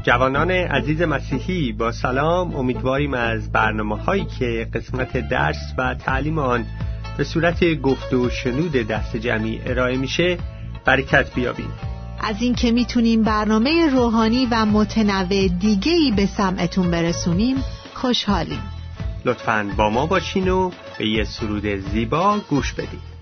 جوانان عزیز مسیحی، با سلام. امیدواریم از برنامه‌هایی که قسمت درس و تعلیم آن به صورت گفت و شنود دست جمعی ارائه میشه برکت بیابیم. از این که میتونیم برنامه روحانی و متنوع دیگه‌ای به سمعتون برسونیم خوشحالیم. لطفاً با ما باشین و به یه سرود زیبا گوش بدید.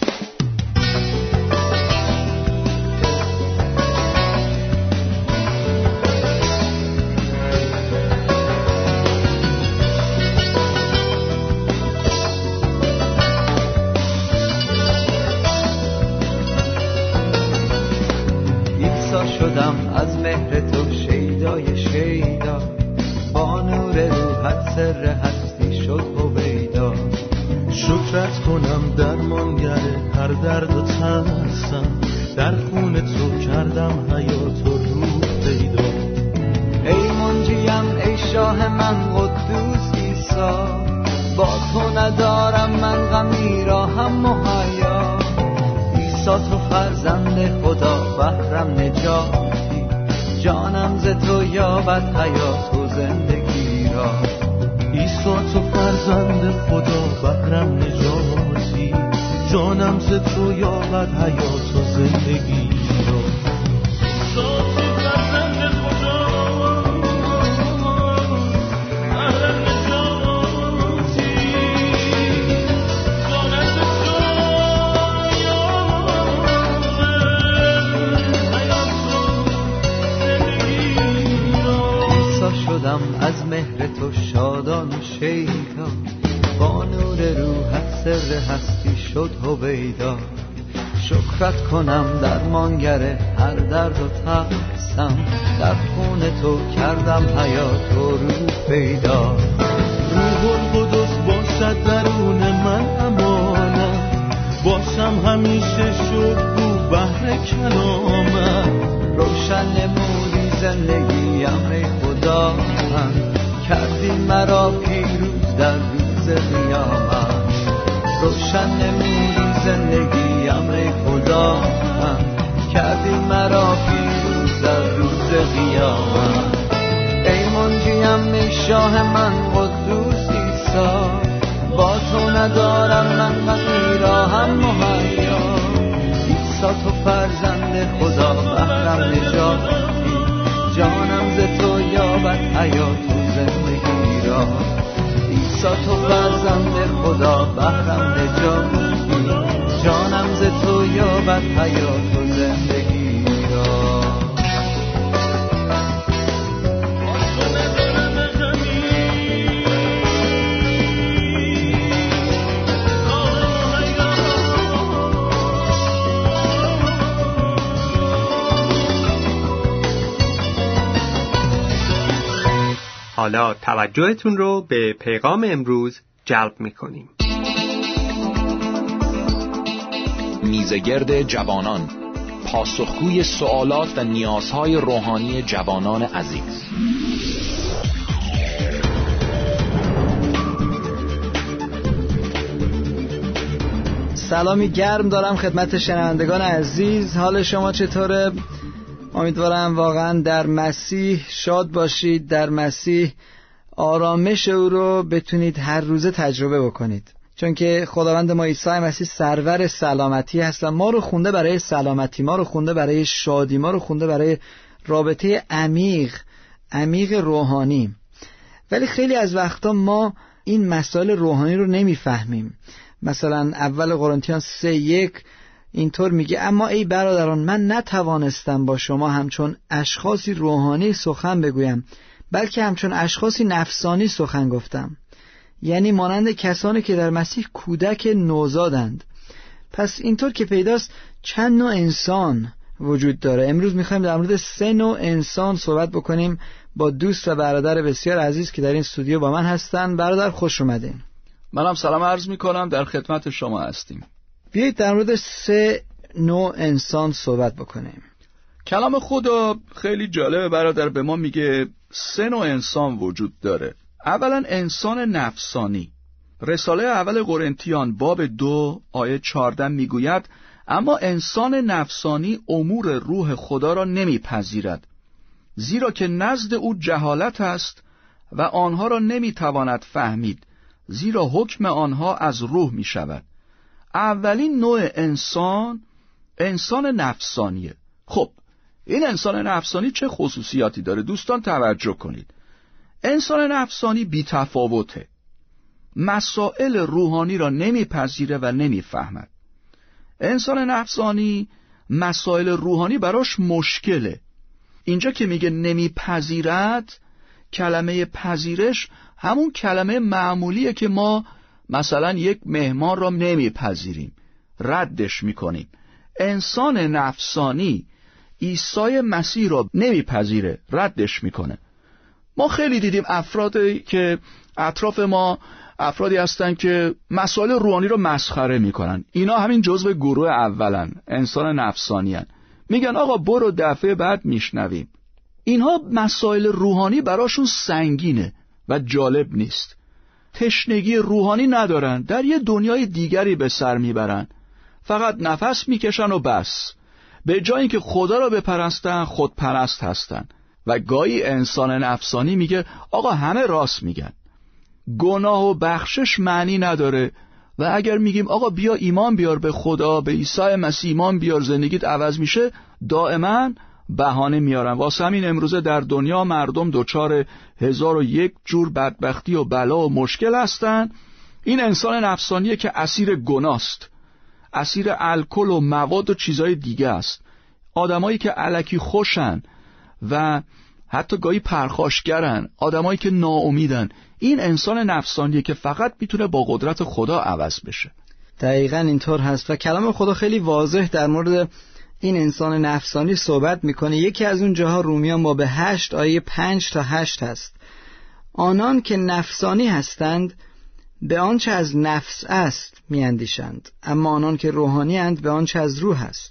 شدم از مهر تو شیدای شیدا، با نور روحت سر هستی شد هویدا. شکرت کنم درمانگر هر درد و ترسم، در خون تو کردم حیات و روح پیدا. ای منجیم ای شاه من قدوس عیسی، با تو ندارم من غمی را هم مهیا. عیسی تو فرزند خدا بهرم نجاتی، جانم ز تو یابد حیات و زندگی را. عیسی تو فرزند خدا بهرم نجاتی، جانم ز تو یابد حیات و زندگی را. شدم از مهر تو شادان و شیدا، با نور روحت سر هستی شد هویدا. شکرت کنم درمانگر هر درد و ترسم، در خون تو کردم حیات و روح پیدا. روح القدس باشد درون من امانم، باشم همیشه شکر بهر کلامم. روشن نمودی زندگیم ای خدا من، کردی مرا پیروز در روز قیامت. روشن نمودی زندگیم ای خدا من، کردی مرا پیروز در روز قیامت. ای منجیم ای شاه من قدوس عیسی، با تو ندارم من غمی را هم مهیا. عیسی تو فرزند خدا بهرم نجاتی، جانم ز تو یابد حیات و زندگی را. عیسی تو فرزند خدا بهرم نجاتی، جانم ز تو یابد حیات و زندگی را. حالا توجهتون رو به پیغام امروز جلب می‌کنیم. میزگرد جوانان، پاسخگوی سوالات و نیازهای روحانی جوانان عزیز. سلامی گرم دارم خدمت شنوندگان عزیز. حال شما چطوره؟ امیدوارم واقعا در مسیح شاد باشید، در مسیح آرامش او رو بتونید هر روزه تجربه بکنید، چون که خداوند ما عیسی مسیح سرور سلامتی هست و ما رو خونده برای سلامتی، ما رو خونده برای شادی، ما رو خونده برای رابطه عمیق روحانی. ولی خیلی از وقتا ما این مسائل روحانی رو نمیفهمیم. مثلا اول قرنتیان 3:1 اینطور میگه: اما ای برادران، من نتوانستم با شما همچون اشخاصی روحانی سخن بگویم، بلکه همچون اشخاصی نفسانی سخن گفتم. یعنی مانند کسانی که در مسیح کودک نوزادند. پس اینطور که پیداست چند نوع انسان وجود داره. امروز میخوایم در مورد 3 نوع انسان صحبت بکنیم با دوست و برادر بسیار عزیز که در این استودیو با من هستن. برادر خوش اومدین. منم سلام عرض میکنم، در خدمت شما هستیم. بیایید در مورد 3 نوع انسان صحبت بکنیم. کلام خدا خیلی جالبه برادر، به ما میگه 3 نوع انسان وجود داره. اولا انسان نفسانی. رساله اول قرنتیان باب 2 آیه 14 میگوید: اما انسان نفسانی امور روح خدا را نمیپذیرد، زیرا که نزد او جهالت است و آنها را نمیتواند فهمید، زیرا حکم آنها از روح می شود. اولین نوع انسان نفسانیه. خب این انسان نفسانی چه خصوصیاتی داره؟ دوستان توجه کنید. انسان نفسانی بی تفاوته. مسائل روحانی را نمیپذیره و نمیفهمد. انسان نفسانی مسائل روحانی براش مشکله. اینجا که میگه نمیپذیرد، کلمه پذیرش همون کلمه معمولیه که ما مثلا یک مهمان را نمیپذیریم، ردش میکنیم. انسان نفسانی عیسی مسیح را نمیپذیره، ردش میکنه. ما خیلی دیدیم افرادی که اطراف ما افرادی هستن که مسائل روحانی رو مسخره میکنن. اینا همین جزو گروه اولن، انسان نفسانی هن. میگن آقا برو دفعه بعد میشنویم. اینها مسائل روحانی براشون سنگینه و جالب نیست. تشنگی روحانی ندارن، در یه دنیای دیگری به سر میبرن. فقط نفس میکشن و بس. به جای اینکه خدا رو بپرستن، خودپرست هستن. و گاهی انسان نفسانی میگه آقا همه راست میگن، گناه و بخشش معنی نداره. و اگر میگیم آقا بیا ایمان بیار به خدا، به عیسی مسیح ایمان بیار، زندگیت عوض میشه، دائما بهانه میارن. واسه همین امروزه در دنیا مردم دچار 1001 جور بدبختی و بلا و مشکل هستن. این انسان نفسانیه که اسیر گناست، اسیر الکل و مواد و چیزای دیگه است. آدمایی که الکی خوشن و حتی گاهی پرخاشگرن، آدمایی که ناامیدن. این انسان نفسانیه که فقط میتونه با قدرت خدا عوض بشه. دقیقاً اینطور هست و کلام خدا خیلی واضح در مورد این انسان نفسانی صحبت میکنه. یکی از اون جاها رومیان باب 8 آیه 5 تا 8 هست. آنان که نفسانی هستند به آنچه از نفس است میاندیشند، اما آنان که روحانی اند به آنچه از روح است.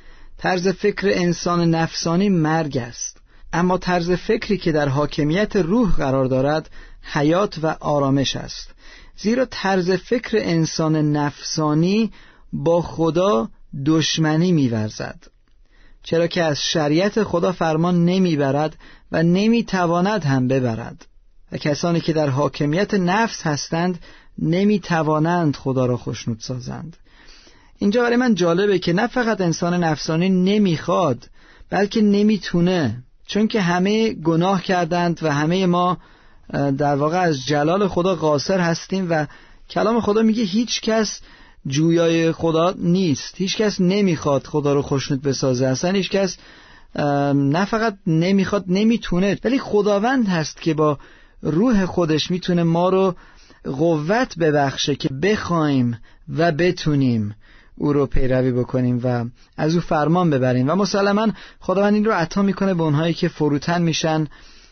طرز فکر انسان نفسانی مرگ است، اما طرز فکری که در حاکمیت روح قرار دارد حیات و آرامش است. زیرا طرز فکر انسان نفسانی با خدا دشمنی می‌ورزد، چرا که از شریعت خدا فرمان نمیبرد و نمیتواند هم ببرد. و کسانی که در حاکمیت نفس هستند نمیتوانند خدا را خوشنود سازند. اینجا برای من جالبه که نه فقط انسان نفسانی نمیخواد، بلکه نمیتونه، چون که همه گناه کردند و همه ما در واقع از جلال خدا قاصر هستیم. و کلام خدا میگه هیچ کس جویای خدا نیست، هیچ کس نمیخواد خدا رو خوشنود بسازه. اصلا هیچ کس نه فقط نمیخواد، نمیتونه، ولی خداوند هست که با روح خودش میتونه ما رو قوت ببخشه که بخوایم و بتونیم او رو پیروی بکنیم و از او فرمان ببریم. و مسلماً خداوند این رو عطا میکنه به اونهایی که فروتن میشن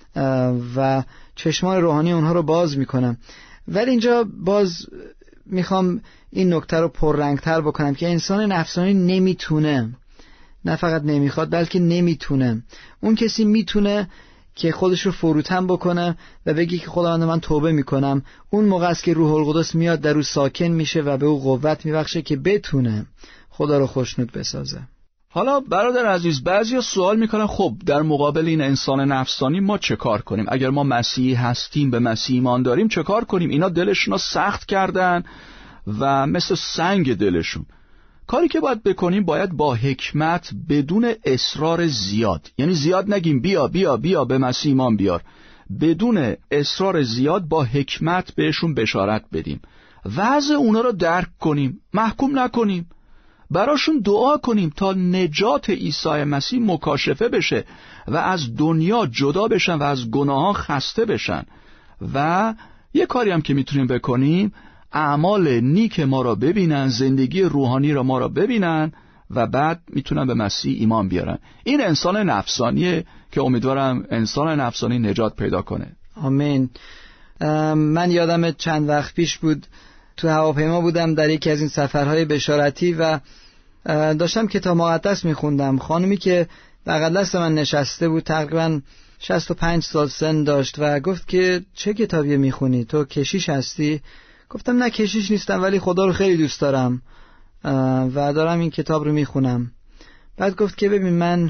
و چشمان روحانی اونها رو باز میکنه. ولی اینجا باز میخوام این نکته رو پررنگتر بکنم که انسان نفسانی نمیتونه، نه فقط نمیخواد بلکه نمیتونه. اون کسی میتونه که خودش رو فروتن بکنه و بگی که خداوند من توبه میکنم. اون موقع است که روح القدس میاد در او ساکن میشه و به او قوت میبخشه که بتونه خدا رو خوشنود بسازه. حالا برادر عزیز، بعضیا سوال میکنن خب در مقابل این انسان نفسانی ما چه کار کنیم؟ اگر ما مسیحی هستیم، به مسیح ایمان داریم، چه کار کنیم؟ اینا دلشون رو سخت کردن و مثل سنگ دلشون. کاری که باید بکنیم، باید با حکمت، بدون اصرار زیاد، یعنی زیاد نگیم بیا بیا بیا به مسیح ایمان بیار، بدون اصرار زیاد با حکمت بهشون بشارت بدیم، وضع اونا رو درک کنیم، محکوم نکنیم، براشون دعا کنیم تا نجات عیسی مسیح مکاشفه بشه و از دنیا جدا بشن و از گناهان خسته بشن. و یه کاری هم که میتونیم بکنیم، اعمال نیک ما را ببینن، زندگی روحانی را ما را ببینن و بعد میتونن به مسیح ایمان بیارن. این انسان نفسانیه که امیدوارم انسان نفسانی نجات پیدا کنه. آمین. من یادم چند وقت پیش بود تو هواپیما بودم در یکی از این سفرهای بشارتی و داشتم کتاب مقدس میخوندم. خانمی که بغل دست من نشسته بود تقریبا 65 سال سن داشت و گفت که چه کتابی میخونی؟ تو کشیش هستی؟ گفتم نه کشیش نیستم، ولی خدا رو خیلی دوست دارم و دارم این کتاب رو میخونم. بعد گفت که ببین من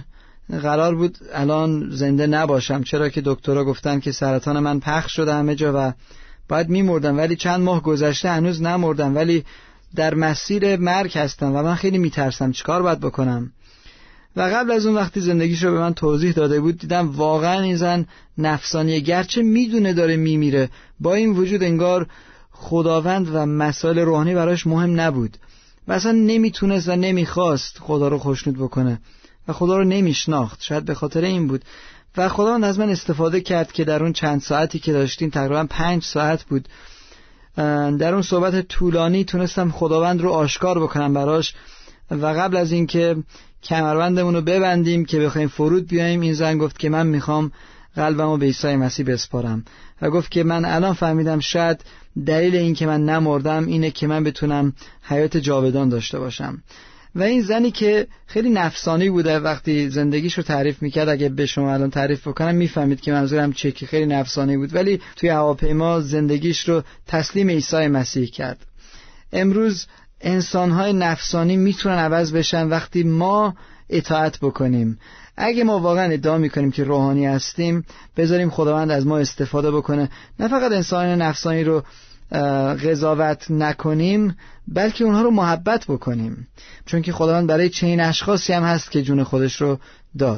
قرار بود الان زنده نباشم، چرا که دکترها گفتن که سرطان من پخش شده همه جا و باید میمردم، ولی چند ماه گذشته هنوز نمردم، ولی در مسیر مرگ هستم و من خیلی میترسم چیکار باید بکنم. و قبل از اون وقتی زندگیشو به من توضیح داده بود دیدم واقعا این زن نفسانیه، گرچه میدونه داره میمیره، با این وجود انگار خداوند و مسائل روحانی براش مهم نبود و اصلا نمیتونست و نمیخواست خدا رو خوشنود بکنه و خدا رو نمیشناخت. شاید به خاطر این بود و خداوند از من استفاده کرد که در اون چند ساعتی که داشتیم، تقریبا 5 ساعت بود، در اون صحبت طولانی تونستم خداوند رو آشکار بکنم براش. و قبل از اینکه کمربندمون رو ببندیم که بخوایم فرود بیایم، این زن گفت که من میخوام قلبمو به عیسی مسیح بسپارم و گفت که من الان فهمیدم شاید دلیل این که من نمردم اینه که من بتونم حیات جاودان داشته باشم. و این زنی که خیلی نفسانی بوده وقتی زندگیش رو تعریف میکرد، اگه به شما الان تعریف بکنم میفهمید که منظورم چیه، که خیلی نفسانی بود ولی توی هواپیما زندگیش رو تسلیم عیسی مسیح کرد. امروز انسان‌های نفسانی میتونن عوض بشن وقتی ما اطاعت بکنیم. اگه ما واقعا ادعا میکنیم که روحانی هستیم، بذاریم خداوند از ما استفاده بکنه، نه فقط انسان نفسانی رو قضاوت نکنیم بلکه اونها رو محبت بکنیم، چون که خداوند برای چنین اشخاصی هم هست که جون خودش رو داد.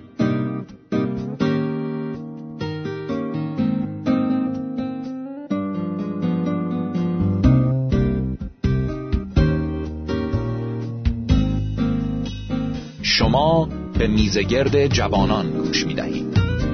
شما به میزگرد جوانان گوش می‌دهید.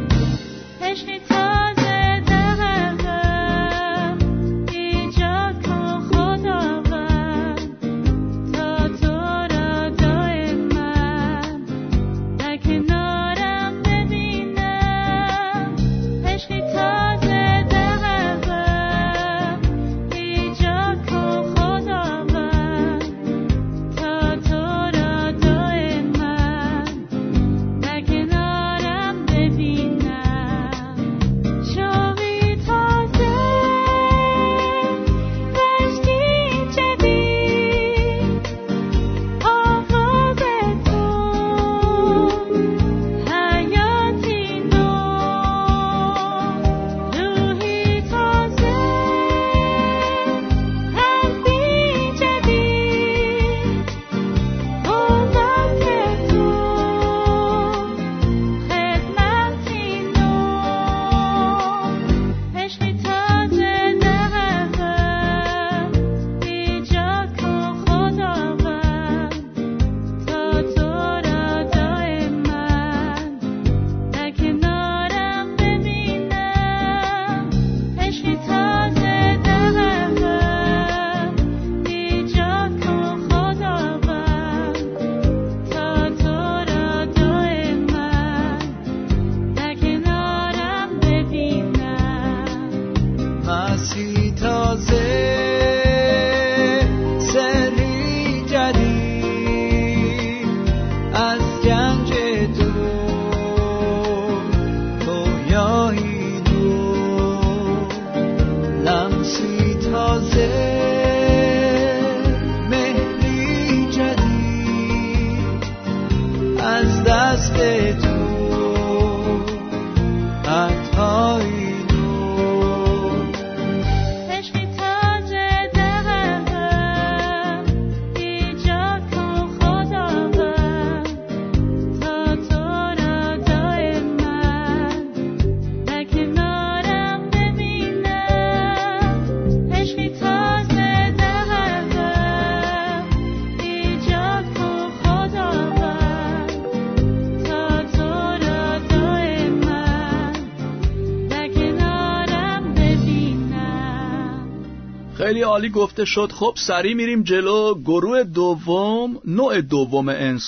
خیلی عالی گفته شد. خب سریع میریم جلو. گروه دوم، نوع دوم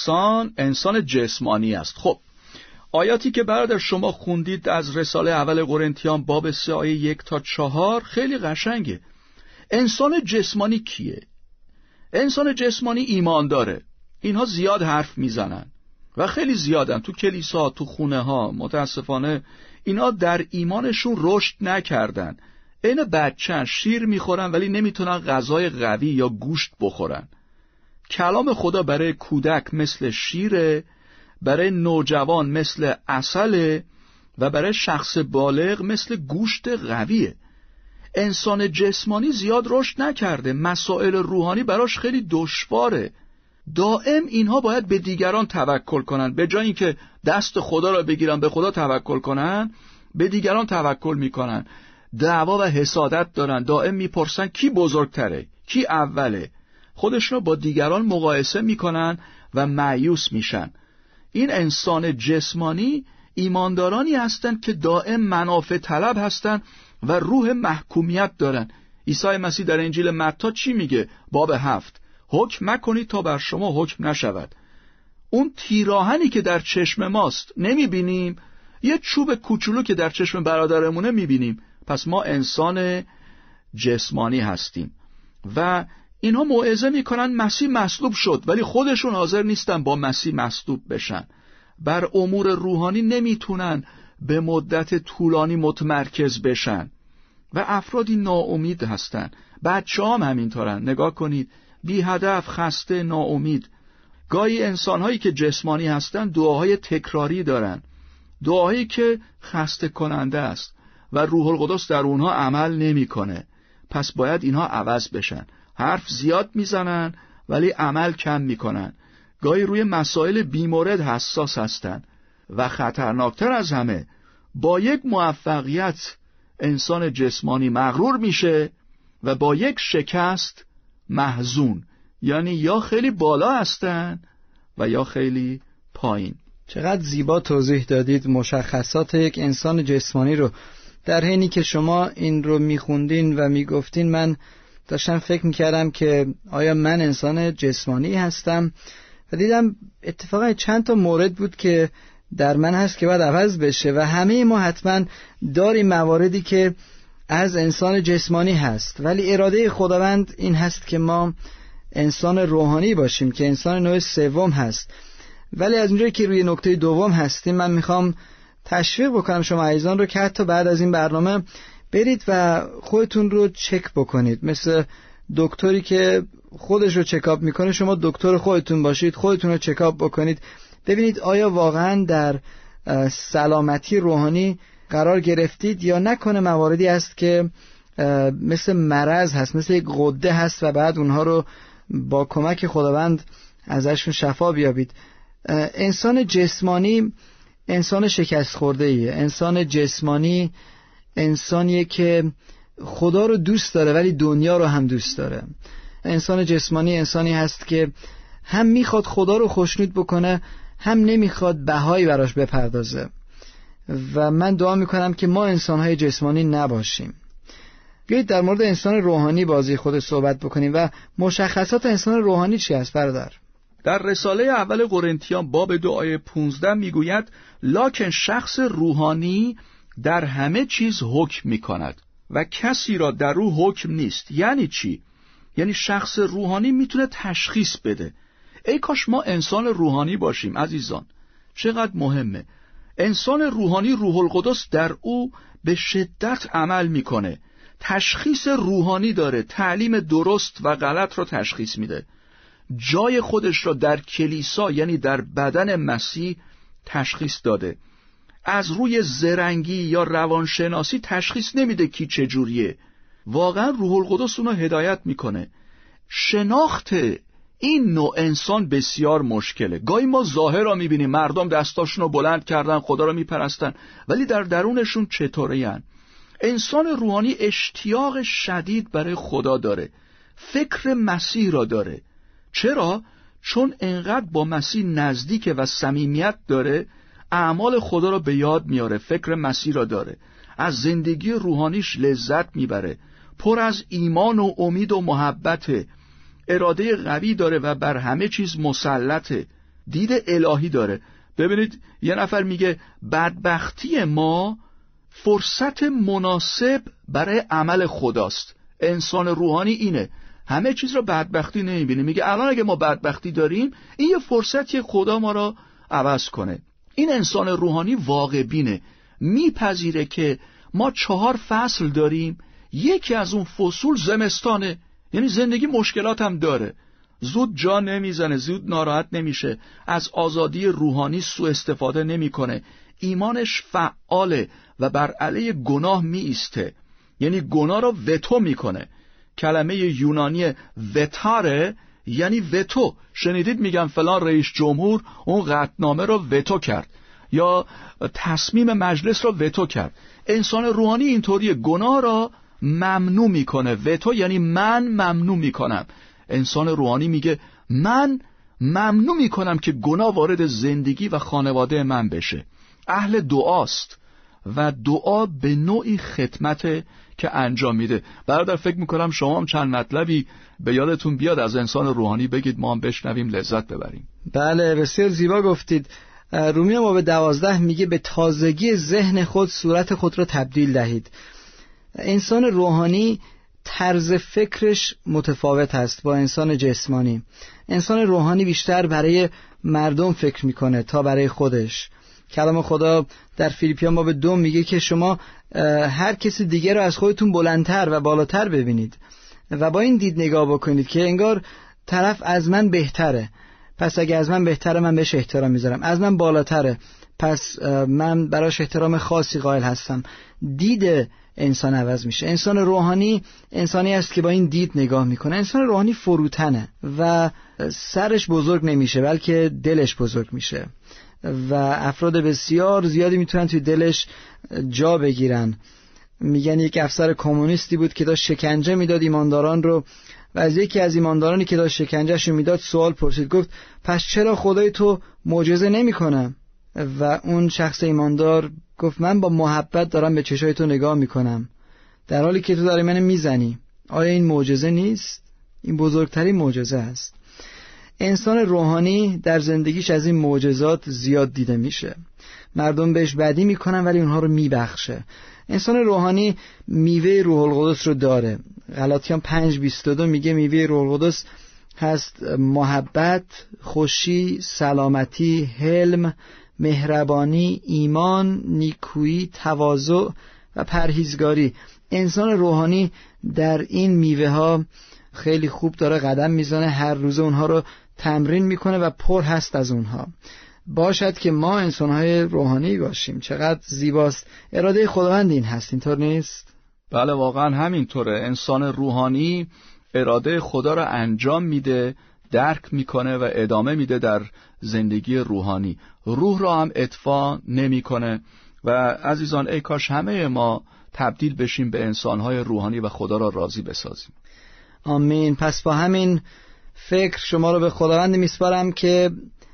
انسان جسمانی است. خب آیاتی که برادر شما خوندید از رساله اول قرنتیان باب 3 آیه 1 تا 4 خیلی قشنگه. انسان جسمانی کیه؟ انسان جسمانی ایمان داره. اینها زیاد حرف میزنن و خیلی زیادن تو کلیسا، تو خونه ها. متاسفانه اینا در ایمانشون رشد نکردن. این بچه‌ن شیر میخورن ولی نمیتونن غذای قوی یا گوشت بخورن. کلام خدا برای کودک مثل شیره برای نوجوان مثل عسل و برای شخص بالغ مثل گوشت قویه. انسان جسمانی زیاد رشد نکرده، مسائل روحانی براش خیلی دشواره. دائم اینها باید به دیگران توکل کنن، به جای اینکه دست خدا را بگیرن به خدا توکل کنن، به دیگران توکل میکنن. دعوا و حسادت دارن، دائم میپرسن کی بزرگتره، کی اوله. خودشون با دیگران مقایسه میکنن و مایوس میشن. این انسان جسمانی ایماندارانی هستند که دائم منافع طلب هستند و روح محکومیت دارن. عیسی مسیح در انجیل متی چی میگه؟ باب 7: حکم مکنید تا بر شما حکم نشود. اون تیراهنی که در چشم ماست نمیبینیم، یه چوب کوچولو که در چشم برادرمونه میبینیم. پس ما انسان جسمانی هستیم و اینها موعظه میکنن مسیح مصلوب شد، ولی خودشون حاضر نیستن با مسیح مصلوب بشن. بر امور روحانی نمیتونن به مدت طولانی متمرکز بشن و افرادی ناامید هستن. بچه‌هام همینطورن. نگاه کنید، بی هدف، خسته، ناامید. گاهی انسان‌هایی که جسمانی هستن دعاهای تکراری دارن، دعاهایی که خسته کننده است و روح القدس در اونها عمل نمیکنه. پس باید اینها عوض بشن. حرف زیاد میزنن ولی عمل کم میکنن. گاهی روی مسائل بیمورد حساس هستن و خطرناکتر از همه، با یک موفقیت انسان جسمانی مغرور میشه و با یک شکست محزون. یعنی یا خیلی بالا هستن و یا خیلی پایین. چقدر زیبا توضیح دادید مشخصات یک انسان جسمانی رو. در حینی که شما این رو میخوندین و میگفتین، من داشتم فکر میکردم که آیا من انسان جسمانی هستم و دیدم اتفاقا چند تا مورد بود که در من هست که باید عوض بشه و همه ما حتما داریم مواردی که از انسان جسمانی هست، ولی اراده خداوند این هست که ما انسان روحانی باشیم که انسان نوع سوم هست. ولی از اونجایی که روی نکته دوم هستیم، من میخوام تشویق بکنم شما عزیزان رو که حتی بعد از این برنامه برید و خودتون رو چک بکنید، مثل دکتری که خودش رو چکاپ میکنه. شما دکتر خودتون باشید، خودتون رو چکاپ بکنید، ببینید آیا واقعا در سلامتی روحانی قرار گرفتید یا نکنه مواردی هست که مثل مرض هست، مثل یک غده هست و بعد اونها رو با کمک خداوند ازشون شفا بیابید. انسان جسمانی انسان شکست خورده ایه. انسان جسمانی انسانیه که خدا رو دوست داره ولی دنیا رو هم دوست داره. انسان جسمانی انسانی هست که هم میخواد خدا رو خوشنود بکنه، هم نمیخواد بهایی براش بپردازه. و من دعا میکنم که ما انسانهای جسمانی نباشیم. بیایید در مورد انسان روحانی بازی خود صحبت بکنیم و مشخصات انسان روحانی چی است برادر؟ در رساله اول قرنتیان باب 2 آیه 15 میگوید لکن شخص روحانی در همه چیز حکم میکند و کسی را در او حکم نیست. یعنی چی؟ یعنی شخص روحانی میتونه تشخیص بده. ای کاش ما انسان روحانی باشیم عزیزان. چقدر مهمه. انسان روحانی روح القدس در او به شدت عمل میکنه. تشخیص روحانی داره، تعلیم درست و غلط را تشخیص میده. جای خودش را در کلیسا یعنی در بدن مسیح تشخیص داده. از روی زرنگی یا روانشناسی تشخیص نمیده کی چجوریه. واقعا روح القدس اونو هدایت میکنه. شناخت این نوع انسان بسیار مشکله. گاهی ما ظاهر را میبینیم، مردم دستاشون رو بلند کردن، خدا را میپرستن، ولی در درونشون چطوری هن؟ انسان روحانی اشتیاق شدید برای خدا داره، فکر مسیح را داره. چرا؟ چون انقدر با مسیح نزدیک و صمیمیت داره، اعمال خدا را به یاد میاره، فکر مسیح را داره، از زندگی روحانیش لذت میبره، پر از ایمان و امید و محبت، اراده قوی داره و بر همه چیز مسلطه، دید الهی داره. ببینید یه نفر میگه بدبختی ما فرصت مناسب برای عمل خداست. انسان روحانی اینه، همه چیز رو بدبختی نمیبینه. میگه الان اگه ما بدبختی داریم، این یه فرصتیه خدا ما رو عوض کنه. این انسان روحانی واقع بینه، میپذیره که ما 4 فصل داریم، یکی از اون فصول زمستانه، یعنی زندگی مشکلات هم داره، زود جا نمیزنه، زود ناراحت نمیشه، از آزادی روحانی سوء استفاده نمیکنه. ایمانش فعاله و بر علیه گناه می ایسته، یعنی گناه رو وتو میکنه. کلمه یونانی وتاره یعنی وتو. شنیدید میگن فلان رئیس جمهور اون قطعنامه رو وتو کرد یا تصمیم مجلس رو وتو کرد. انسان روحانی اینطوریه، گناه را ممنوع میکنه. وتو یعنی من ممنوع میکنم. انسان روحانی میگه من ممنوع میکنم که گناه وارد زندگی و خانواده من بشه. اهل دعاست و دعا به نوعی خدمته که انجام میده. برادر فکر میکنم شما هم چند مطلبی به یادتون بیاد از انسان روحانی بگید، ما هم بشنویم لذت ببریم. بله بسیار زیبا گفتید. رومی باب 12 میگه به تازگی ذهن خود صورت خود را تبدیل دهید. انسان روحانی طرز فکرش متفاوت است با انسان جسمانی. انسان روحانی بیشتر برای مردم فکر میکنه تا برای خودش. کلام خدا در فیلیپیان باب 2 میگه که شما هر کسی دیگه رو از خودتون بلندتر و بالاتر ببینید و با این دید نگاه بکنید که انگار طرف از من بهتره، پس اگه از من بهتره من بهش احترام میذارم، از من بالاتره پس من براش احترام خاصی قائل هستم. دید انسان عوض میشه. انسان روحانی انسانی است که با این دید نگاه میکنه. انسان روحانی فروتنه و سرش بزرگ نمیشه بلکه دلش بزرگ میشه و افراد بسیار زیادی میتونن توی دلش جا بگیرن. میگن یک افسر کمونیستی بود که داشت شکنجه میداد ایمانداران رو و از یکی از ایماندارانی که داشت شکنجهشو میداد سوال پرسید، گفت پس چرا خدای تو معجزه نمیکنه؟ و اون شخص ایماندار گفت من با محبت دارم به چشای تو نگاه میکنم در حالی که تو داری منو میزنی. آیا این معجزه نیست؟ این بزرگترین معجزه است. انسان روحانی در زندگیش از این معجزات زیاد دیده میشه. مردم بهش بدی میکنن ولی اونها رو میبخشه. انسان روحانی میوه روح القدس رو داره. غلاطیان 5:22 میگه میوه روح القدس هست محبت، خوشی، سلامتی، حلم، مهربانی، ایمان، نیکویی، تواضع و پرهیزگاری. انسان روحانی در این میوه ها خیلی خوب داره قدم میزنه، هر روز اونها رو تمرین میکنه و پر هست از اونها. باشد که ما انسانهای روحانی باشیم. چقدر زیباست. اراده خداوند این هست، اینطور نیست؟ بله واقعا همینطوره. انسان روحانی اراده خدا را انجام میده، درک میکنه و ادامه میده در زندگی روحانی. روح را هم اطفا نمیکنه. و عزیزان ای کاش همه ما تبدیل بشیم به انسانهای روحانی و خدا را راضی بسازیم. آمین. پس با همین فکر شما رو به خداوند میسپارم که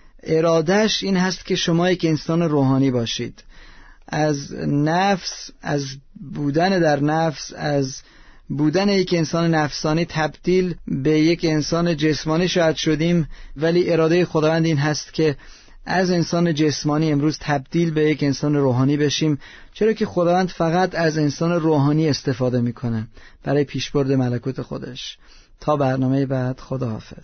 ارادش این هست که شما یک انسان روحانی باشید. از نفس، از بودن در نفس، از بودن یک انسان نفسانی تبدیل به یک انسان جسمانی شاید شدیم، ولی اراده خداوند این هست که از انسان جسمانی امروز تبدیل به یک انسان روحانی بشیم، چرا که خداوند فقط از انسان روحانی استفاده میکنه برای پیشبرد ملکوت خودش. تا برنامه بعد، خداحافظ.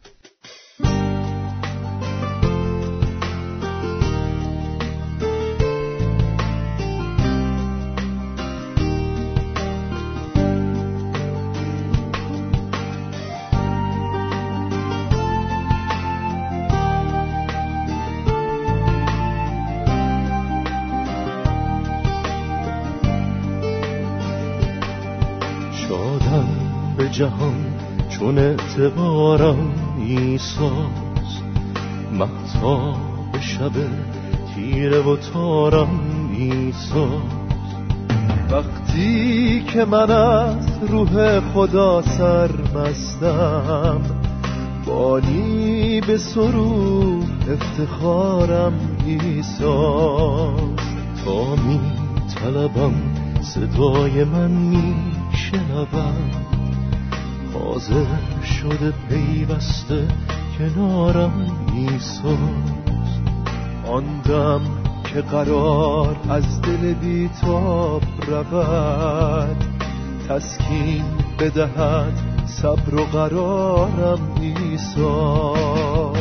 جهان چون اعتبارم ایساست، مهتاب شب تیره و تارم ایساست. وقتی که من از روح خدا سرمستم، بانی به سرود افتخارم ایساست. تا می طلبم صدای من می شنوم، حاضر شده پیوسته کنارم ایساست. آن دم که قرار از دل بیتاب رود، تسکین بدهد صبر و قرارم ایساست.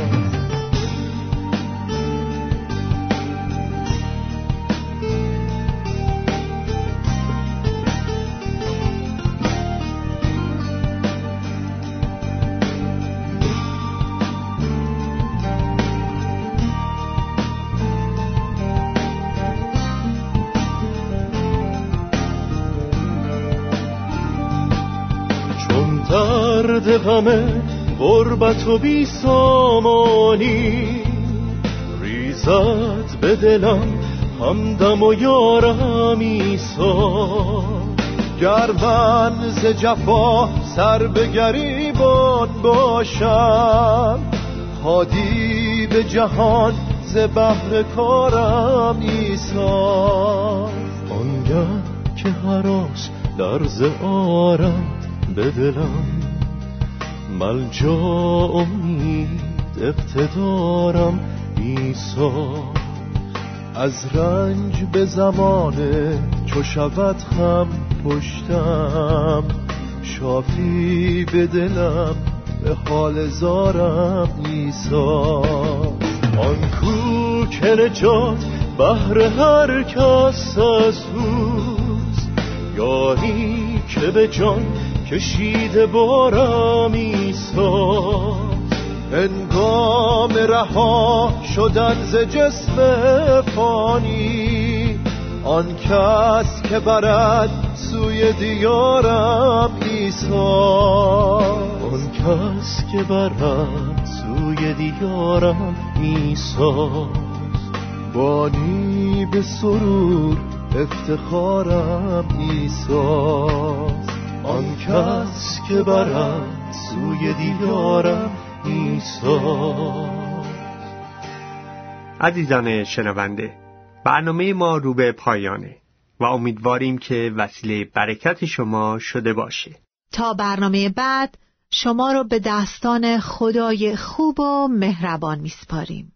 درد غم غربت و بی سامانی، ریزد به دلم همدم و یارم عیسی. گر من ز جفا سر به گریبان باشم، هادی به جهان ز بحر کارم عیسی. آنگه که هراس لرز آرد به دلم، ملجا امید اقتدارم عیسی. از رنج به زمانه چو شود خم پشتم، شافی به دلم به حال زارم عیسی. آن کو که نجات بهر هر کس از اوست، یاری که به جان کشیده بارم عیسی. هنگام رها شدن ز جسم فانی، آن کس که برد سوی دیارم عیسی. آن کس که برد سوی دیارم عیسی. بانی به سرور افتخارم عیسی. آن کس که برد سوی دیارم عیسی. عزیزان شنونده، برنامه ما رو به پایانه و امیدواریم که وسیله برکت شما شده باشه. تا برنامه بعد شما رو به دستان خدای خوب و مهربان میسپاریم.